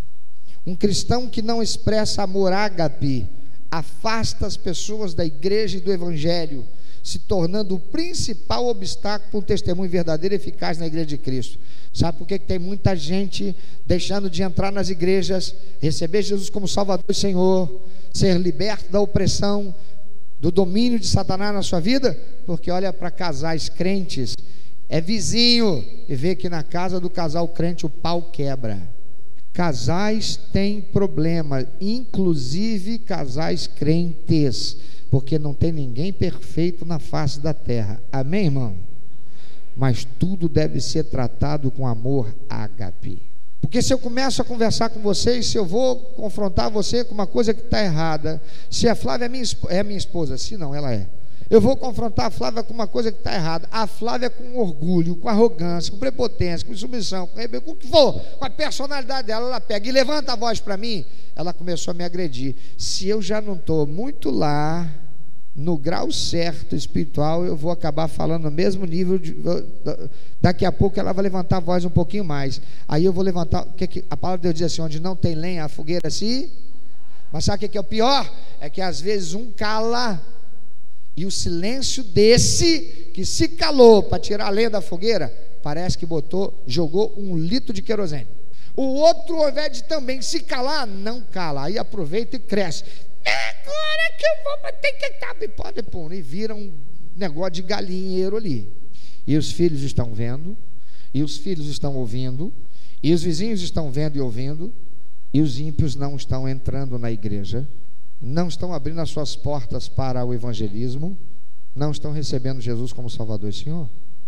Um cristão que não expressa amor ágape afasta as pessoas da igreja e do evangelho, se tornando o principal obstáculo para um testemunho verdadeiro e eficaz na igreja de Cristo. Sabe por que tem muita gente deixando de entrar nas igrejas, receber Jesus como Salvador e Senhor, ser liberto da opressão, do domínio de Satanás na sua vida? Porque olha para casais crentes, é vizinho, e vê que na casa do casal crente o pau quebra. Casais têm problema, inclusive casais crentes, porque não tem ninguém perfeito na face da terra. Amém, irmão? Mas tudo deve ser tratado com amor ágape. Porque se eu começo a conversar com vocês, se eu vou confrontar você com uma coisa que está errada, se a Flávia é minha esposa, se não, ela é, eu vou confrontar a Flávia com uma coisa que está errada. A Flávia com orgulho, com arrogância, com prepotência, com submissão, com o que for, com a personalidade dela, ela pega e levanta a voz para mim. Ela começou a me agredir. Se eu já não estou muito lá, no grau certo espiritual, eu vou acabar falando no mesmo nível. Daqui a pouco ela vai levantar a voz um pouquinho mais. Aí eu vou levantar. A palavra de Deus diz assim: onde não tem lenha, a fogueira se. Mas sabe o que é o pior? É que às vezes um cala. E o silêncio desse que se calou para tirar a lenha da fogueira, parece que jogou 1 litro de querosene. O outro, ao invés de também se calar, não cala. Aí aproveita e cresce. Agora que eu vou ter que estar. E vira um negócio de galinheiro ali. E os filhos estão vendo, e os filhos estão ouvindo, e os vizinhos estão vendo e ouvindo, e os ímpios não estão entrando na igreja, não estão abrindo as suas portas para o evangelismo, não estão recebendo Jesus como Salvador e Senhor.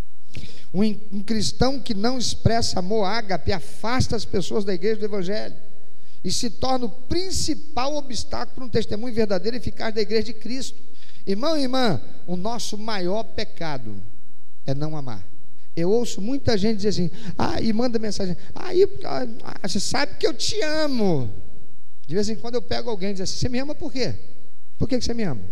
Um cristão que não expressa amor ágape afasta as pessoas da igreja do evangelho e se torna o principal obstáculo para um testemunho verdadeiro e eficaz da igreja de Cristo. Irmão e irmã, o nosso maior pecado é não amar. Eu ouço muita gente dizer assim, e manda mensagem, você sabe que eu te amo. De vez em quando eu pego alguém e diz assim: você me ama por quê? Por que você me ama?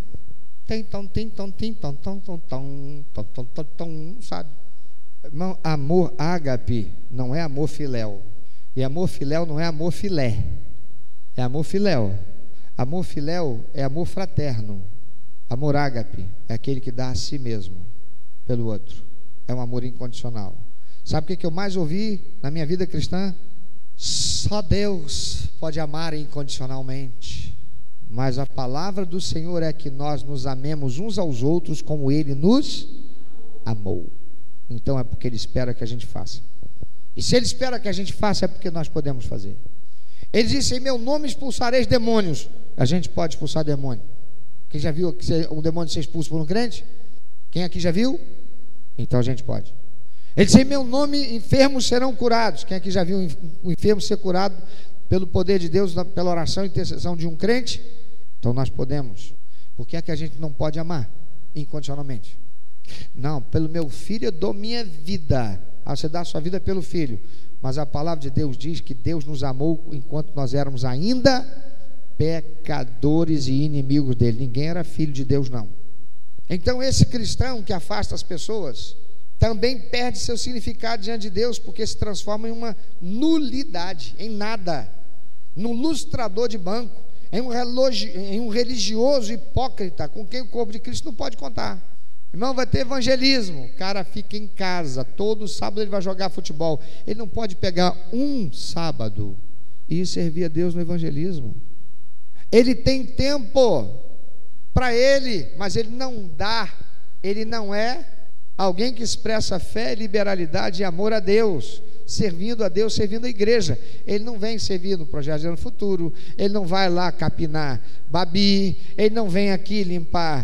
Sabe? Irmão, amor ágape não é amor filéu. E amor filéu não é amor filé. É amor filéu. Amor filéu é amor fraterno. Amor ágape é aquele que dá a si mesmo pelo outro. É um amor incondicional. Sabe o que eu mais ouvi na minha vida cristã? Só Deus pode amar incondicionalmente. Mas a palavra do Senhor é que nós nos amemos uns aos outros como Ele nos amou. Então é porque Ele espera que a gente faça. E se Ele espera que a gente faça, é porque nós podemos fazer. Ele disse: em meu nome expulsareis demônios. A gente pode expulsar demônio. Quem já viu um demônio ser expulso por um crente? Quem aqui já viu? Então a gente pode. Ele diz: em meu nome enfermos serão curados. Quem aqui já viu um enfermo ser curado pelo poder de Deus, pela oração e intercessão de um crente? Então nós podemos. Por que é que a gente não pode amar incondicionalmente? Não, pelo meu filho eu dou minha vida. Você dá a sua vida pelo filho, mas a palavra de Deus diz que Deus nos amou enquanto nós éramos ainda pecadores e inimigos dele. Ninguém era filho de Deus, não. Então esse cristão que afasta as pessoas também perde seu significado diante de Deus, porque se transforma em uma nulidade, em nada, num lustrador de banco, em um religioso hipócrita com quem o corpo de Cristo não pode contar. Irmão, vai ter evangelismo, o cara fica em casa, todo sábado ele vai jogar futebol, ele não pode pegar um sábado e servir a Deus no evangelismo. Ele tem tempo para ele, mas ele não dá. Ele não é alguém que expressa fé, liberalidade e amor a Deus, servindo a Deus, servindo a igreja. Ele não vem servir no Projeto Gerando Futuro, ele não vai lá capinar babi, ele não vem aqui limpar,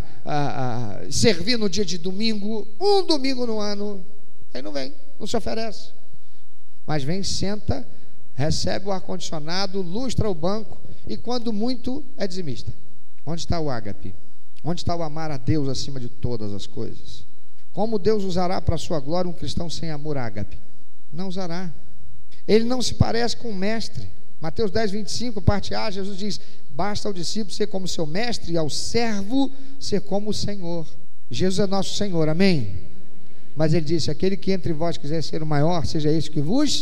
servir no dia de domingo, um domingo no ano. Ele não vem, não se oferece, mas vem, senta, recebe o ar-condicionado, lustra o banco e quando muito é dizimista. Onde está o ágape? Onde está o amar a Deus acima de todas as coisas? Como Deus usará para a sua glória um cristão sem amor ágape? Não usará. Ele não se parece com o mestre. Mateus 10, 25, parte A, Jesus diz: basta ao discípulo ser como seu mestre e ao servo ser como o Senhor. Jesus é nosso Senhor, amém? Mas ele disse: aquele que entre vós quiser ser o maior, seja esse que vos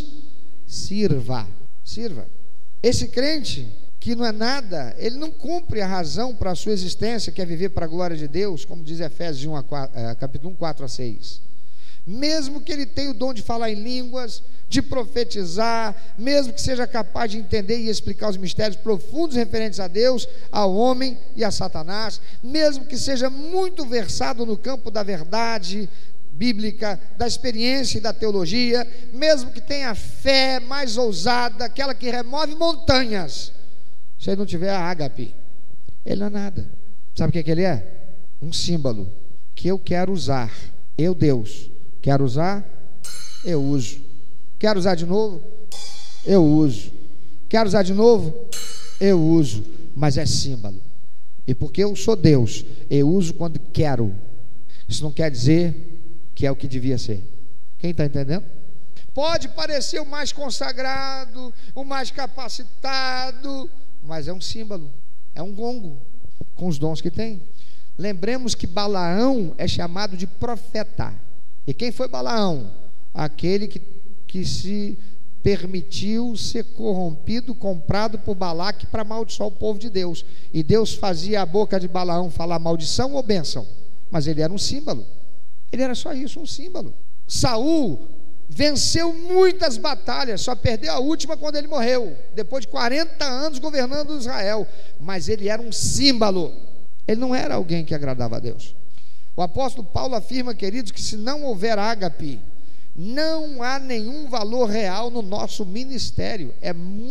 sirva. Sirva. Esse crente que não é nada, ele não cumpre a razão para a sua existência, que é viver para a glória de Deus, como diz Efésios 1, capítulo 1, 4 a 6. Mesmo que ele tenha o dom de falar em línguas, de profetizar, mesmo que seja capaz de entender e explicar os mistérios profundos referentes a Deus, ao homem e a Satanás, mesmo que seja muito versado no campo da verdade bíblica, da experiência e da teologia, mesmo que tenha fé mais ousada, aquela que remove montanhas, se ele não tiver a ágape, ele não é nada. Sabe o que ele é? Um símbolo que eu quero usar. Eu, Deus, quero usar, eu uso. Quero usar de novo, eu uso. Quero usar de novo, eu uso. Mas é símbolo. E porque eu sou Deus, eu uso quando quero. Isso não quer dizer que é o que devia ser. Quem está entendendo? Pode parecer o mais consagrado, o mais capacitado, mas é um símbolo, é um gongo, com os dons que tem. Lembremos que Balaão é chamado de profeta. E quem foi Balaão? Aquele que se permitiu ser corrompido, comprado por Balaque para amaldiçoar o povo de Deus. E Deus fazia a boca de Balaão falar maldição ou bênção, mas ele era um símbolo. Ele era só isso, um símbolo. Saul venceu muitas batalhas, só perdeu a última quando ele morreu, depois de 40 anos governando Israel, mas ele era um símbolo. Ele não era alguém que agradava a Deus. O apóstolo Paulo afirma, queridos, que se não houver ágape, não há nenhum valor real no nosso ministério. É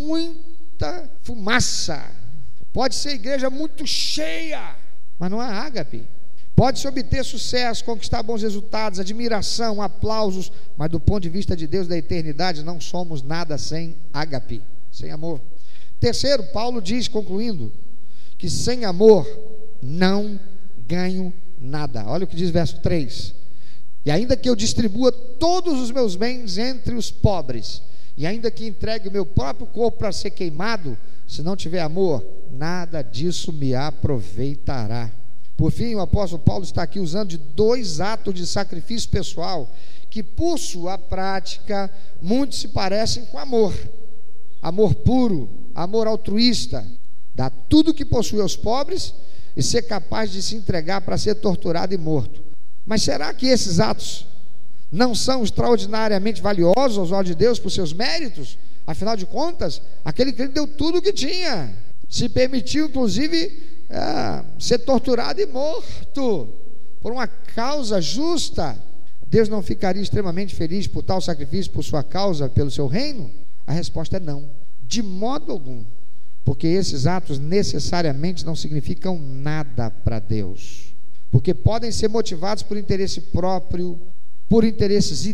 muita fumaça. Pode ser igreja muito cheia, mas não há ágape. Pode-se obter sucesso, conquistar bons resultados, admiração, aplausos, mas do ponto de vista de Deus da eternidade, não somos nada sem ágape, sem amor. Terceiro, Paulo diz, concluindo, que sem amor não ganho nada. Olha o que diz verso 3: e ainda que eu distribua todos os meus bens entre os pobres, e ainda que entregue o meu próprio corpo para ser queimado, se não tiver amor, nada disso me aproveitará. Por fim, o apóstolo Paulo está aqui usando de 2 atos de sacrifício pessoal, que por sua prática, muitos se parecem com amor. Amor puro, amor altruísta, dar tudo que possui aos pobres e ser capaz de se entregar para ser torturado e morto. Mas será que esses atos não são extraordinariamente valiosos aos olhos de Deus por seus méritos? Afinal de contas, aquele crente deu tudo o que tinha, se permitiu inclusive ser torturado e morto por uma causa justa. Deus não ficaria extremamente feliz por tal sacrifício, por sua causa, pelo seu reino? A resposta é não, de modo algum, porque esses atos necessariamente não significam nada para Deus, porque podem ser motivados por interesse próprio, por interesses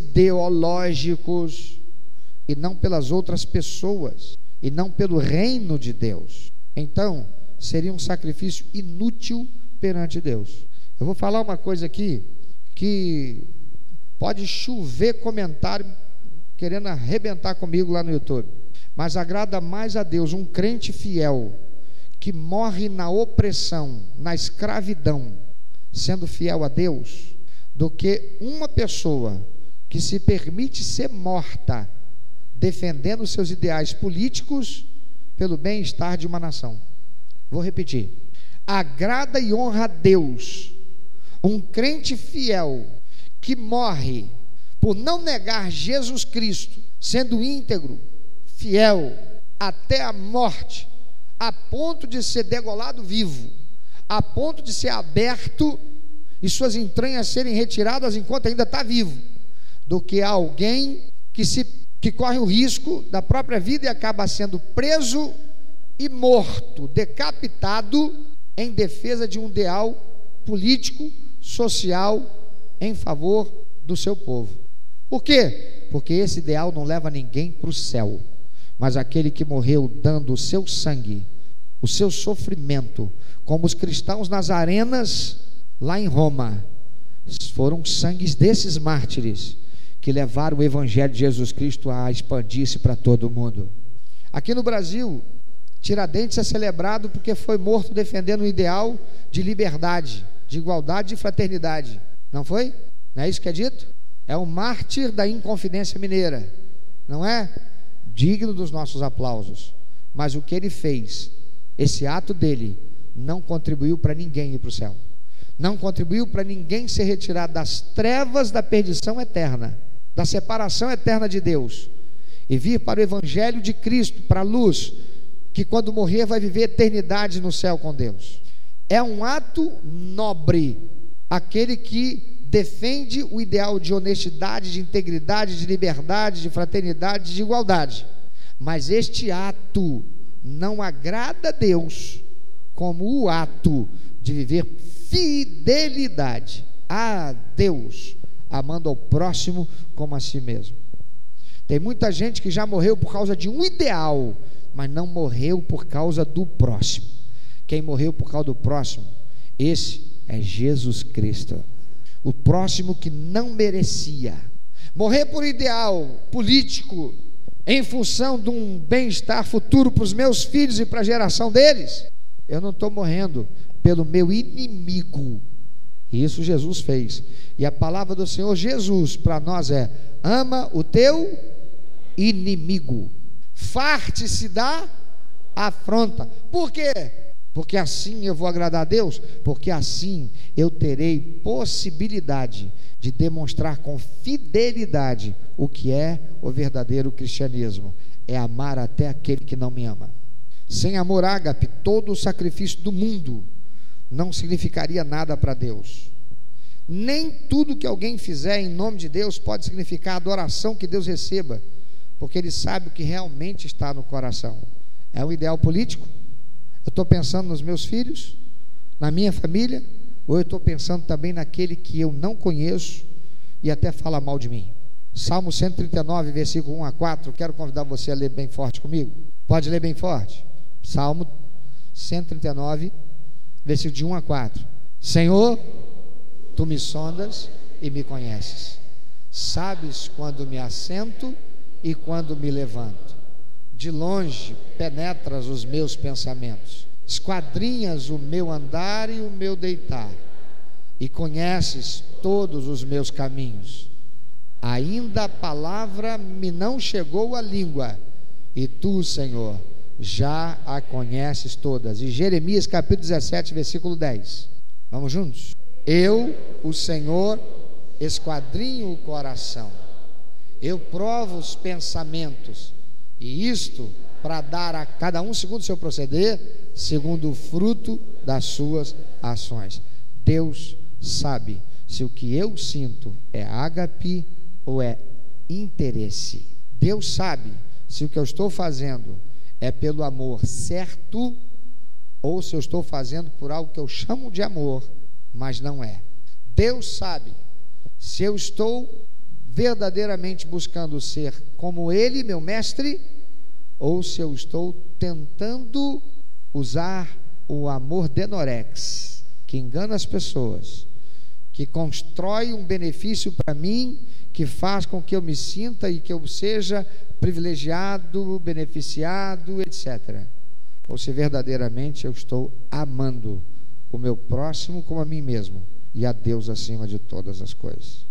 ideológicos, e não pelas outras pessoas, e não pelo reino de Deus, então seria um sacrifício inútil perante Deus. Eu vou falar uma coisa aqui que pode chover comentário querendo arrebentar comigo lá no YouTube, mas agrada mais a Deus um crente fiel que morre na opressão, na escravidão, sendo fiel a Deus, do que uma pessoa que se permite ser morta defendendo seus ideais políticos pelo bem-estar de uma nação. Vou repetir: agrada e honra a Deus um crente fiel que morre por não negar Jesus Cristo, sendo íntegro, fiel até a morte, a ponto de ser degolado vivo, a ponto de ser aberto e suas entranhas serem retiradas enquanto ainda está vivo, do que alguém que corre o risco da própria vida e acaba sendo preso e morto, decapitado, em defesa de um ideal político, social, em favor do seu povo. Por quê? Porque esse ideal não leva ninguém para o céu, mas aquele que morreu dando o seu sangue, o seu sofrimento, como os cristãos nas arenas lá em Roma, foram sangues desses mártires que levaram o evangelho de Jesus Cristo a expandir-se para todo o mundo. Aqui no Brasil, Tiradentes é celebrado porque foi morto defendendo um ideal de liberdade, de igualdade e fraternidade. Não foi? Não é isso que é dito? É um mártir da Inconfidência Mineira, não é? Digno dos nossos aplausos. Mas o que ele fez, esse ato dele, não contribuiu para ninguém ir para o céu, não contribuiu para ninguém ser retirado das trevas da perdição eterna, da separação eterna de Deus, e vir para o evangelho de Cristo, para a luz, que quando morrer vai viver eternidade no céu com Deus. É um ato nobre aquele que defende o ideal de honestidade, de integridade, de liberdade, de fraternidade, de igualdade. Mas este ato não agrada a Deus como o ato de viver fidelidade a Deus, amando ao próximo como a si mesmo. Tem muita gente que já morreu por causa de um ideal, mas não morreu por causa do próximo. Quem morreu por causa do próximo, esse é Jesus Cristo. O próximo que não merecia. Morrer por ideal político, em função de um bem-estar futuro para os meus filhos e para a geração deles, eu não estou morrendo pelo meu inimigo. E isso Jesus fez. E a palavra do Senhor Jesus para nós é: ama o teu inimigo, farte-se da afronta. Por quê? Porque assim eu vou agradar a Deus, porque assim eu terei possibilidade de demonstrar com fidelidade o que é o verdadeiro cristianismo: é amar até aquele que não me ama. Sem amor ágape, todo o sacrifício do mundo não significaria nada para Deus. Nem tudo que alguém fizer em nome de Deus pode significar a adoração que Deus receba, porque Ele sabe o que realmente está no coração. É um ideal político? Eu estou pensando nos meus filhos, na minha família, ou eu estou pensando também naquele que eu não conheço e até fala mal de mim? Salmo 139, versículo 1 a 4, quero convidar você a ler bem forte comigo. Pode ler bem forte? Salmo 139, versículo de 1 a 4. Senhor, Tu me sondas e me conheces, sabes quando me assento e quando me levanto. De longe penetras os meus pensamentos, esquadrinhas o meu andar e o meu deitar, e conheces todos os meus caminhos. Ainda a palavra me não chegou à língua, e Tu, Senhor, já a conheces todas. E Jeremias capítulo 17, versículo 10. Vamos juntos? Eu, o Senhor, esquadrinho o coração, eu provo os pensamentos, e isto para dar a cada um segundo o seu proceder, segundo o fruto das suas ações. Deus sabe se o que eu sinto é ágape ou é interesse. Deus sabe se o que eu estou fazendo é pelo amor certo, ou se eu estou fazendo por algo que eu chamo de amor, mas não é. Deus sabe se eu estou verdadeiramente buscando ser como Ele, meu mestre, ou se eu estou tentando usar o amor denorex, que engana as pessoas, que constrói um benefício para mim, que faz com que eu me sinta e que eu seja privilegiado, beneficiado, etc. Ou se verdadeiramente eu estou amando o meu próximo como a mim mesmo e a Deus acima de todas as coisas.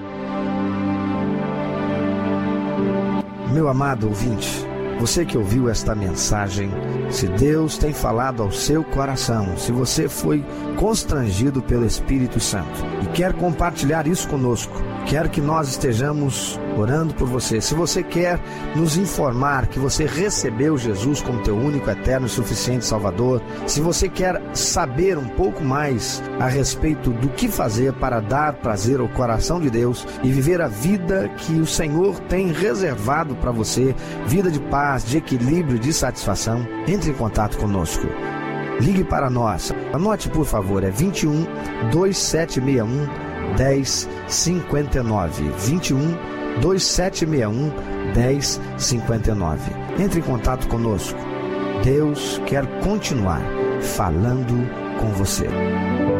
Meu amado ouvinte, você que ouviu esta mensagem, se Deus tem falado ao seu coração, se você foi constrangido pelo Espírito Santo e quer compartilhar isso conosco, quer que nós estejamos orando por você, se você quer nos informar que você recebeu Jesus como teu único, eterno e suficiente Salvador, se você quer saber um pouco mais a respeito do que fazer para dar prazer ao coração de Deus e viver a vida que o Senhor tem reservado para você, vida de paz, de equilíbrio, de satisfação, entre em contato conosco. Ligue para nós. Anote, por favor, é 21 2761 1059. 21 2761 1059. Entre em contato conosco. Deus quer continuar falando com você.